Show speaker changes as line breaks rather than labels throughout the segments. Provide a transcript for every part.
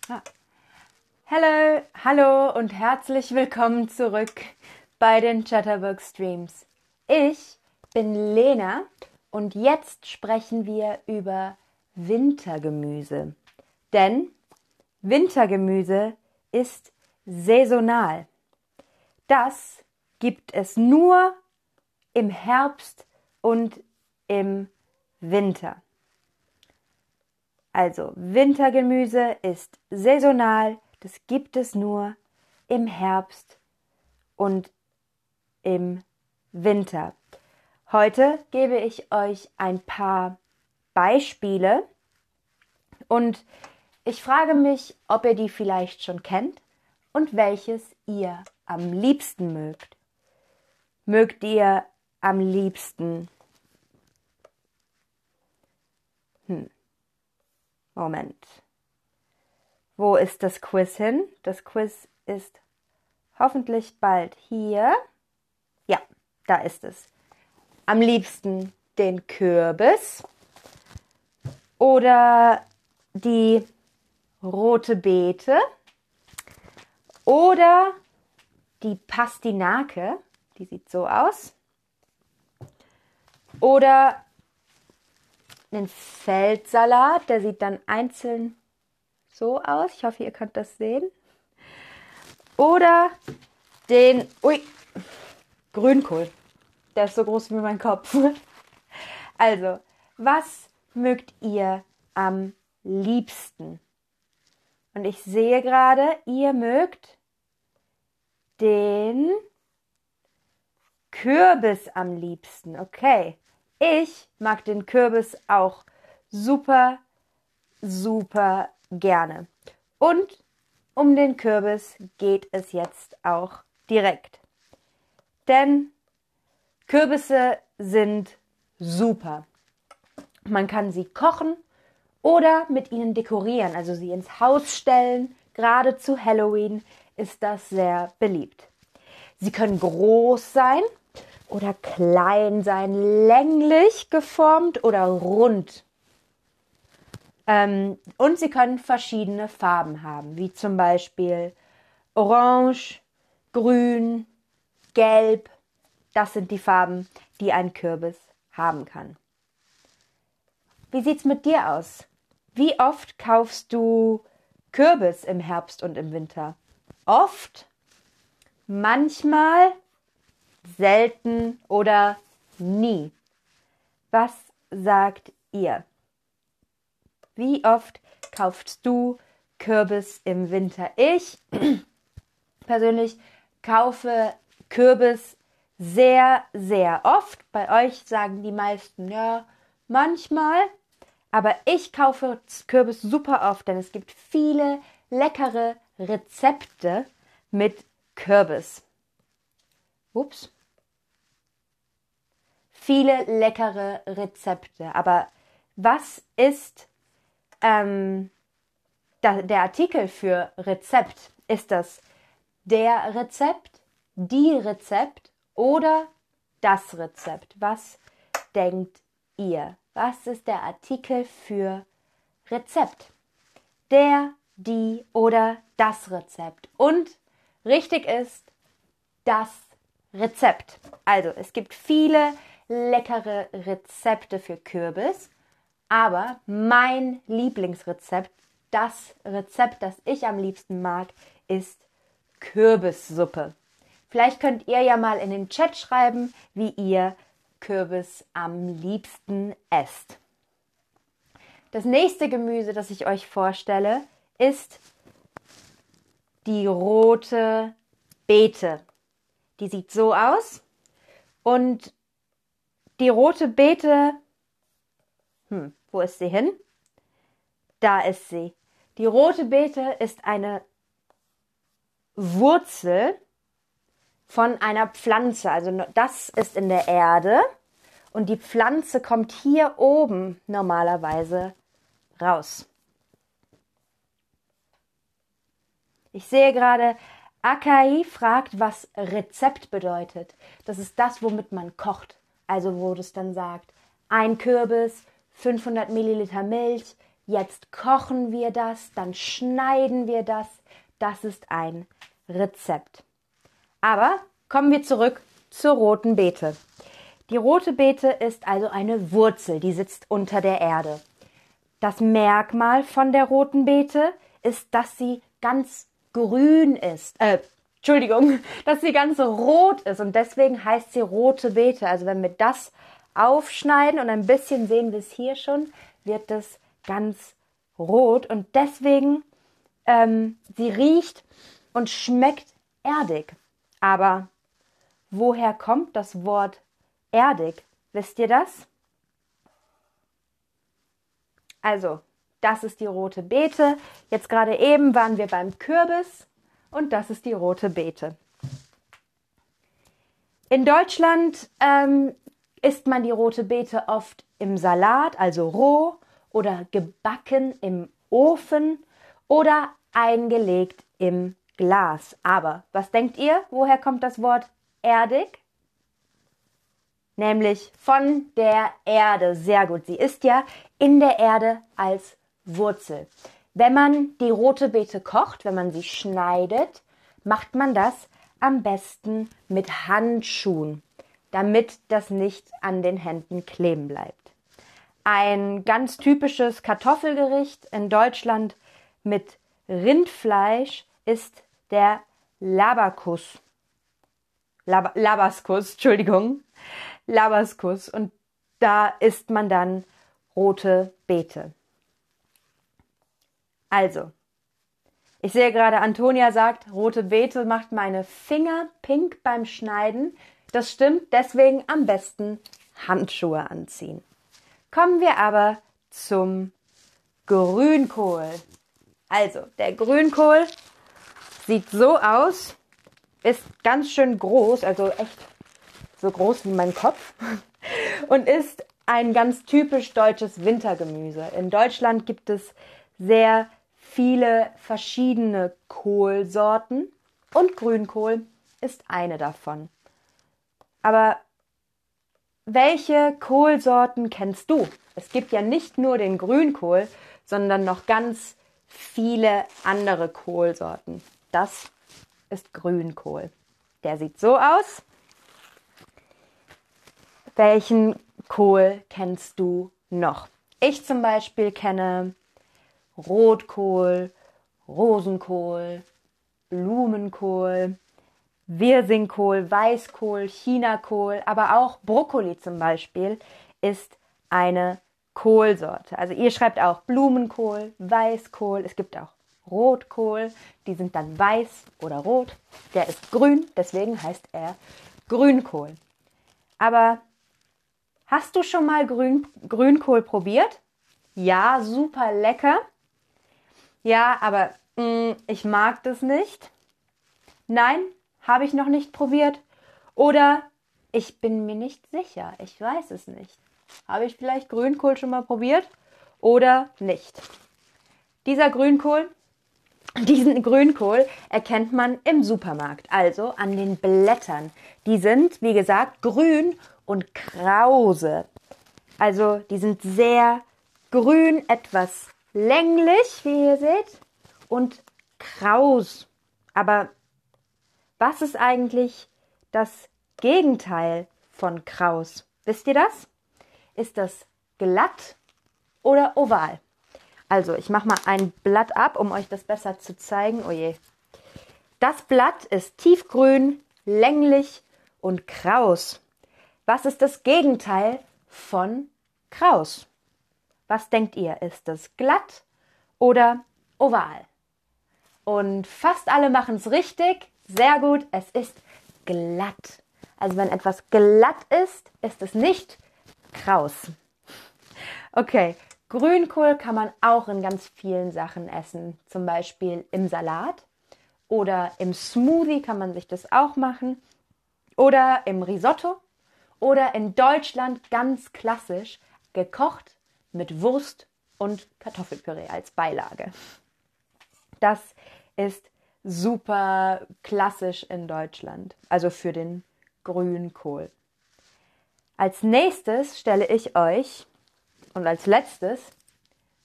Ah. Hallo und herzlich willkommen zurück bei den Chatterbug Streams. Ich bin Lena und jetzt sprechen wir über Wintergemüse. Denn Wintergemüse ist saisonal. Das gibt es nur im Herbst und im Winter. Also Wintergemüse ist saisonal, das gibt es nur im Herbst und im Winter. Heute gebe ich euch ein paar Beispiele und ich frage mich, ob ihr die vielleicht schon kennt und welches ihr am liebsten mögt. Mögt ihr am liebsten? Moment. Wo ist das Quiz hin? Das Quiz ist hoffentlich bald hier. Ja, da ist es. Am liebsten den Kürbis oder die rote Beete oder die Pastinake, die sieht so aus, oder den Feldsalat, der sieht dann einzeln so aus. Ich hoffe, ihr könnt das sehen. Oder den Grünkohl. Der ist so groß wie mein Kopf. Also, was mögt ihr am liebsten? Und ich sehe gerade, ihr mögt den Kürbis am liebsten. Okay. Ich mag den Kürbis auch super, super gerne. Und um den Kürbis geht es jetzt auch direkt. Denn Kürbisse sind super. Man kann sie kochen oder mit ihnen dekorieren, also sie ins Haus stellen. Gerade zu Halloween ist das sehr beliebt. Sie können groß sein oder klein sein, länglich geformt oder rund. Und sie können verschiedene Farben haben, wie zum Beispiel Orange, Grün, Gelb. Das sind die Farben, die ein Kürbis haben kann. Wie sieht's mit dir aus? Wie oft kaufst du Kürbis im Herbst und im Winter? Oft? Manchmal? Selten oder nie? Was sagt ihr? Wie oft kaufst du Kürbis im Winter? Ich persönlich kaufe Kürbis sehr, sehr oft. Bei euch sagen die meisten, ja, manchmal. Aber ich kaufe Kürbis super oft, denn es gibt viele leckere Rezepte mit Kürbis. Ups. Viele leckere Rezepte. Aber was ist der Artikel für Rezept? Ist das der Rezept, die Rezept oder das Rezept? Was denkt ihr? Was ist der Artikel für Rezept? Der, die oder das Rezept? Und richtig ist das Rezept. Also es gibt viele leckere Rezepte für Kürbis, aber mein Lieblingsrezept, das Rezept, das ich am liebsten mag, ist Kürbissuppe. Vielleicht könnt ihr ja mal in den Chat schreiben, wie ihr Kürbis am liebsten esst. Das nächste Gemüse, das ich euch vorstelle, ist die rote Beete. Die sieht so aus und die rote Beete, wo ist sie hin? Da ist sie. Die rote Beete ist eine Wurzel von einer Pflanze. Also das ist in der Erde und die Pflanze kommt hier oben normalerweise raus. Ich sehe gerade, Akai fragt, was Rezept bedeutet. Das ist das, womit man kocht. Also wo das dann sagt, ein Kürbis, 500 Milliliter Milch, Jetzt kochen wir das, dann schneiden wir das. Das ist ein Rezept. Aber kommen wir zurück zur roten Beete. Die rote Beete ist also eine Wurzel, die sitzt unter der Erde. Das Merkmal von der roten Beete ist, dass sie ganz grün ist. Dass sie ganz rot ist und deswegen heißt sie rote Beete. Also wenn wir das aufschneiden und ein bisschen sehen wir es hier schon, wird es ganz rot und deswegen sie riecht und schmeckt erdig. Aber woher kommt das Wort erdig? Wisst ihr das? Also, das ist die rote Beete. Jetzt gerade eben waren wir beim Kürbis und das ist die rote Beete. In Deutschland isst man die rote Beete oft im Salat, also roh oder gebacken im Ofen oder eingelegt im Glas. Aber was denkt ihr? Woher kommt das Wort erdig? Nämlich von der Erde. Sehr gut. Sie ist ja in der Erde als Wurzel. Wenn man die rote Beete kocht, wenn man sie schneidet, macht man das am besten mit Handschuhen, damit das nicht an den Händen kleben bleibt. Ein ganz typisches Kartoffelgericht in Deutschland mit Rindfleisch ist der Labaskus. Labaskus. Und da isst man dann rote Beete. Also, ich sehe gerade, Antonia sagt, rote Beete macht meine Finger pink beim Schneiden. Das stimmt, deswegen am besten Handschuhe anziehen. Kommen wir aber zum Grünkohl. Also, der Grünkohl sieht so aus, ist ganz schön groß, also echt so groß wie mein Kopf und ist ein ganz typisch deutsches Wintergemüse. In Deutschland gibt es sehr viele verschiedene Kohlsorten und Grünkohl ist eine davon. Aber welche Kohlsorten kennst du? Es gibt ja nicht nur den Grünkohl, sondern noch ganz viele andere Kohlsorten. Das ist Grünkohl. Der sieht so aus. Welchen Kohl kennst du noch? Ich zum Beispiel kenne Rotkohl, Rosenkohl, Blumenkohl, Wirsingkohl, Weißkohl, Chinakohl, aber auch Brokkoli zum Beispiel ist eine Kohlsorte. Also ihr schreibt auch Blumenkohl, Weißkohl, es gibt auch Rotkohl, die sind dann weiß oder rot. Der ist grün, deswegen heißt er Grünkohl. Aber hast du schon mal Grünkohl probiert? Ja, super lecker. Ja, aber ich mag das nicht. Nein, habe ich noch nicht probiert. Oder ich bin mir nicht sicher. Ich weiß es nicht. Habe ich vielleicht Grünkohl schon mal probiert oder nicht? Diesen Grünkohl erkennt man im Supermarkt, also an den Blättern. Die sind, wie gesagt, grün und krause. Also die sind sehr grün, etwas länglich, wie ihr seht, und kraus. Aber was ist eigentlich das Gegenteil von kraus? Wisst ihr das? Ist das glatt oder oval? Also, ich mache mal ein Blatt ab, um euch das besser zu zeigen. Oh je. Das Blatt ist tiefgrün, länglich und kraus. Was ist das Gegenteil von kraus? Was denkt ihr? Ist es glatt oder oval? Und fast alle machen es richtig. Sehr gut, es ist glatt. Also wenn etwas glatt ist, ist es nicht kraus. Okay, Grünkohl kann man auch in ganz vielen Sachen essen. Zum Beispiel im Salat oder im Smoothie kann man sich das auch machen. Oder im Risotto. Oder in Deutschland ganz klassisch gekocht mit Wurst und Kartoffelpüree als Beilage. Das ist super klassisch in Deutschland, also für den Grünkohl. Als nächstes stelle ich euch und als letztes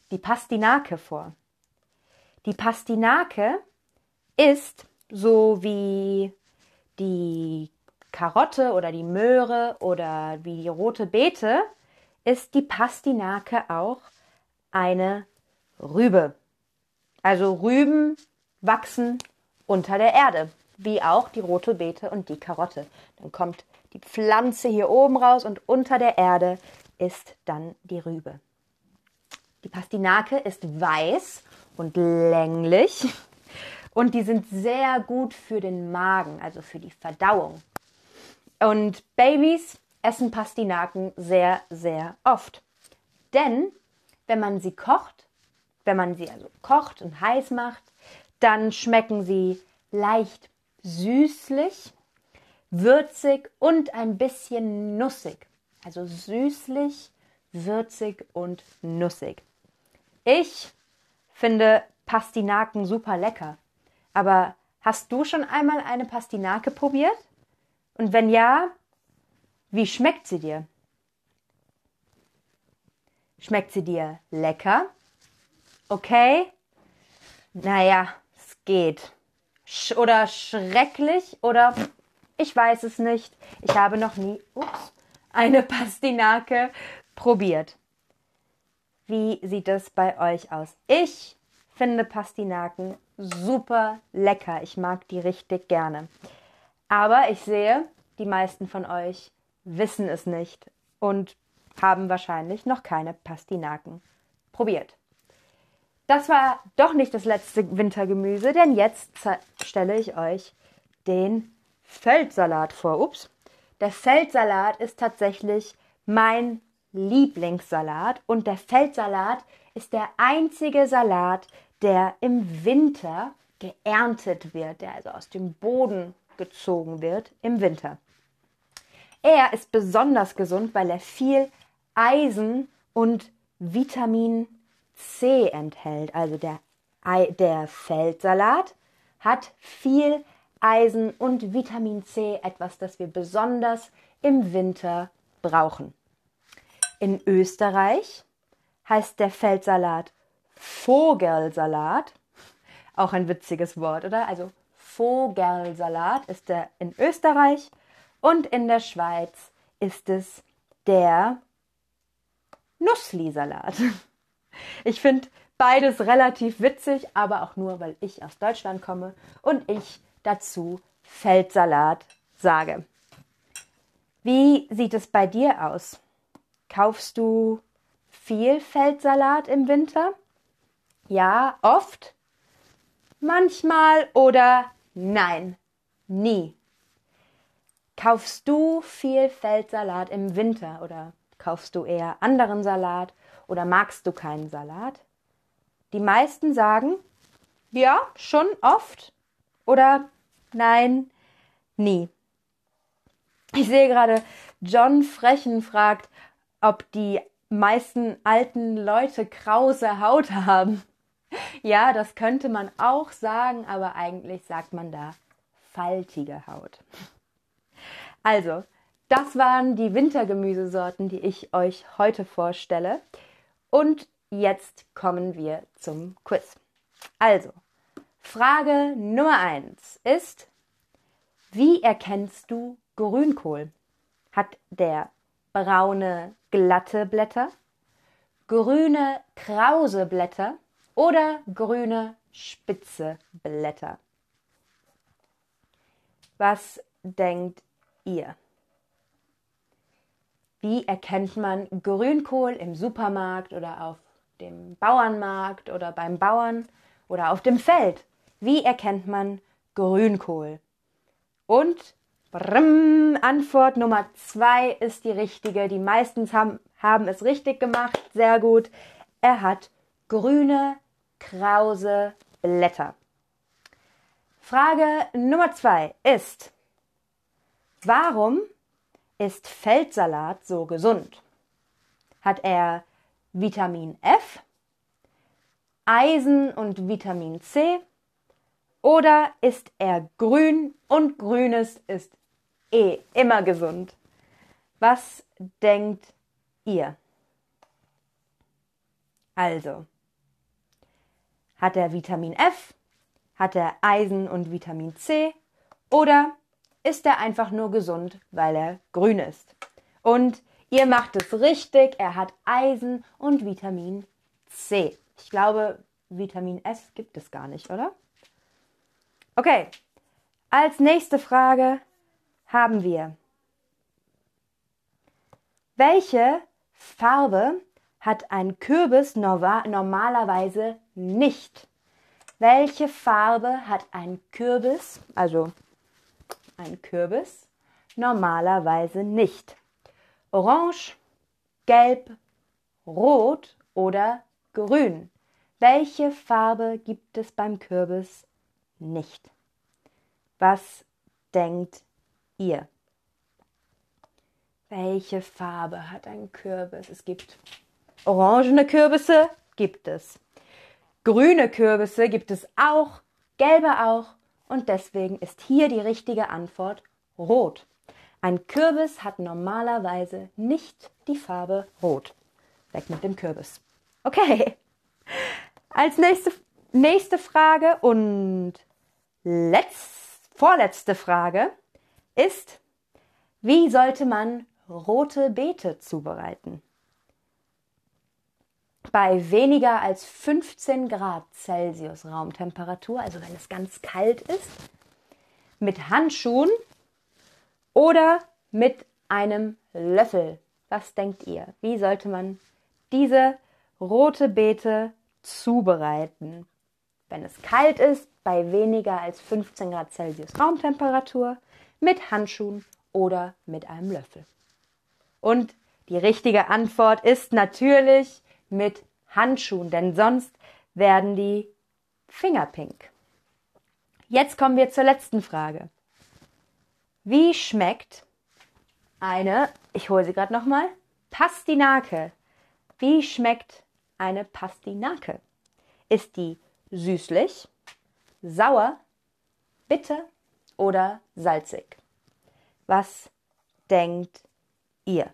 die Pastinake vor. Die Pastinake ist so wie die Karotte oder die Möhre oder wie die rote Beete, ist die Pastinake auch eine Rübe. Also Rüben wachsen unter der Erde, wie auch die rote Beete und die Karotte. Dann kommt die Pflanze hier oben raus und unter der Erde ist dann die Rübe. Die Pastinake ist weiß und länglich und die sind sehr gut für den Magen, also für die Verdauung. Und Babys essen Pastinaken sehr, sehr oft. Denn wenn man sie kocht, wenn man sie also kocht und heiß macht, dann schmecken sie leicht süßlich, würzig und ein bisschen nussig. Also süßlich, würzig und nussig. Ich finde Pastinaken super lecker. Aber hast du schon einmal eine Pastinake probiert? Und wenn ja, wie schmeckt sie dir? Schmeckt sie dir lecker? Okay? Naja, es geht. Oder schrecklich? Oder ich weiß es nicht. Ich habe noch nie eine Pastinake probiert. Wie sieht es bei euch aus? Ich finde Pastinaken super lecker. Ich mag die richtig gerne. Aber ich sehe, die meisten von euch wissen es nicht und haben wahrscheinlich noch keine Pastinaken probiert. Das war doch nicht das letzte Wintergemüse, denn jetzt stelle ich euch den Feldsalat vor. Der Feldsalat ist tatsächlich mein Lieblingssalat und der Feldsalat ist der einzige Salat, der im Winter geerntet wird, der also aus dem Boden gezogen wird im Winter. Er ist besonders gesund, weil er viel Eisen und Vitamin C enthält. Also der Feldsalat hat viel Eisen und Vitamin C, etwas, das wir besonders im Winter brauchen. In Österreich heißt der Feldsalat Vogelsalat. Auch ein witziges Wort, oder? Also Vogelsalat ist der in Österreich und in der Schweiz ist es der Nusslisalat. Ich finde beides relativ witzig, aber auch nur, weil ich aus Deutschland komme und ich dazu Feldsalat sage. Wie sieht es bei dir aus? Kaufst du viel Feldsalat im Winter? Ja, oft? Manchmal oder nein, nie. Kaufst du viel Feldsalat im Winter oder kaufst du eher anderen Salat oder magst du keinen Salat? Die meisten sagen, ja, schon oft oder nein, nie. Ich sehe gerade, John Frechen fragt, ob die meisten alten Leute krause Haut haben. Ja, das könnte man auch sagen, aber eigentlich sagt man da faltige Haut. Also, das waren die Wintergemüsesorten, die ich euch heute vorstelle. Und jetzt kommen wir zum Quiz. Also, Frage Nummer 1 ist, wie erkennst du Grünkohl? Hat der braune, glatte Blätter, grüne, krause Blätter oder grüne, spitze Blätter? Was denkt ihr? Wie erkennt man Grünkohl im Supermarkt oder auf dem Bauernmarkt oder beim Bauern oder auf dem Feld? Wie erkennt man Grünkohl? Und Antwort Nummer 2 ist die richtige. Die meisten haben es richtig gemacht. Sehr gut. Er hat grüne, krause Blätter. Frage Nummer 2 ist, warum ist Feldsalat so gesund? Hat er Vitamin F, Eisen und Vitamin C oder ist er grün und Grünes ist immer gesund? Was denkt ihr? Also, Hat er Vitamin F? Hat er Eisen und Vitamin C? Oder ist er einfach nur gesund, weil er grün ist? Und ihr macht es richtig, er hat Eisen und Vitamin C. Ich glaube, Vitamin S gibt es gar nicht, oder? Okay, als nächste Frage haben wir: Welche Farbe hat ein Kürbis normalerweise nicht? Welche Farbe hat ein Kürbis, also ein Kürbis, normalerweise nicht? Orange, gelb, rot oder grün? Welche Farbe gibt es beim Kürbis nicht? Was denkt ihr? Welche Farbe hat ein Kürbis? Es gibt orangene Kürbisse, gibt es. Grüne Kürbisse gibt es auch, gelbe auch. Und deswegen ist hier die richtige Antwort rot. Ein Kürbis hat normalerweise nicht die Farbe rot. Weg mit dem Kürbis. Okay, als nächste Frage und vorletzte Frage ist: Wie sollte man rote Beete zubereiten? Bei weniger als 15 Grad Celsius Raumtemperatur, also wenn es ganz kalt ist, mit Handschuhen oder mit einem Löffel. Was denkt ihr? Wie sollte man diese rote Beete zubereiten? Wenn es kalt ist, bei weniger als 15 Grad Celsius Raumtemperatur, mit Handschuhen oder mit einem Löffel. Und die richtige Antwort ist natürlich mit Handschuhen, denn sonst werden die Finger pink. Jetzt kommen wir zur letzten Frage. Wie schmeckt ich hole sie gerade nochmal, Pastinake? Wie schmeckt eine Pastinake? Ist die süßlich, sauer, bitter oder salzig? Was denkt ihr?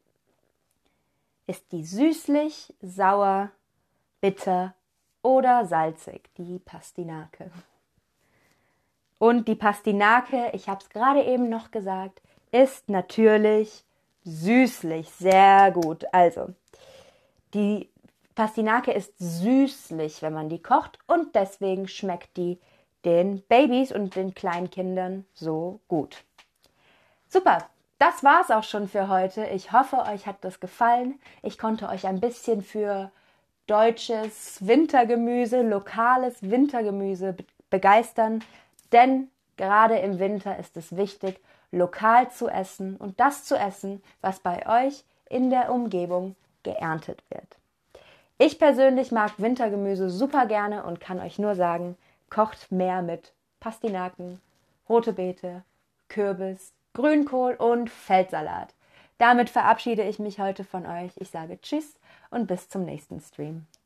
Ist die süßlich, sauer, bitter oder salzig, die Pastinake? Und die Pastinake, ich habe es gerade eben noch gesagt, ist natürlich süßlich. Sehr gut. Also, die Pastinake ist süßlich, wenn man die kocht, und deswegen schmeckt die den Babys und den Kleinkindern so gut. Super, das war's auch schon für heute. Ich hoffe, euch hat das gefallen. Ich konnte euch ein bisschen für deutsches Wintergemüse, lokales Wintergemüse begeistern, denn gerade im Winter ist es wichtig, lokal zu essen und das zu essen, was bei euch in der Umgebung geerntet wird. Ich persönlich mag Wintergemüse super gerne und kann euch nur sagen, kocht mehr mit Pastinaken, rote Beete, Kürbis, Grünkohl und Feldsalat. Damit verabschiede ich mich heute von euch. Ich sage Tschüss und bis zum nächsten Stream.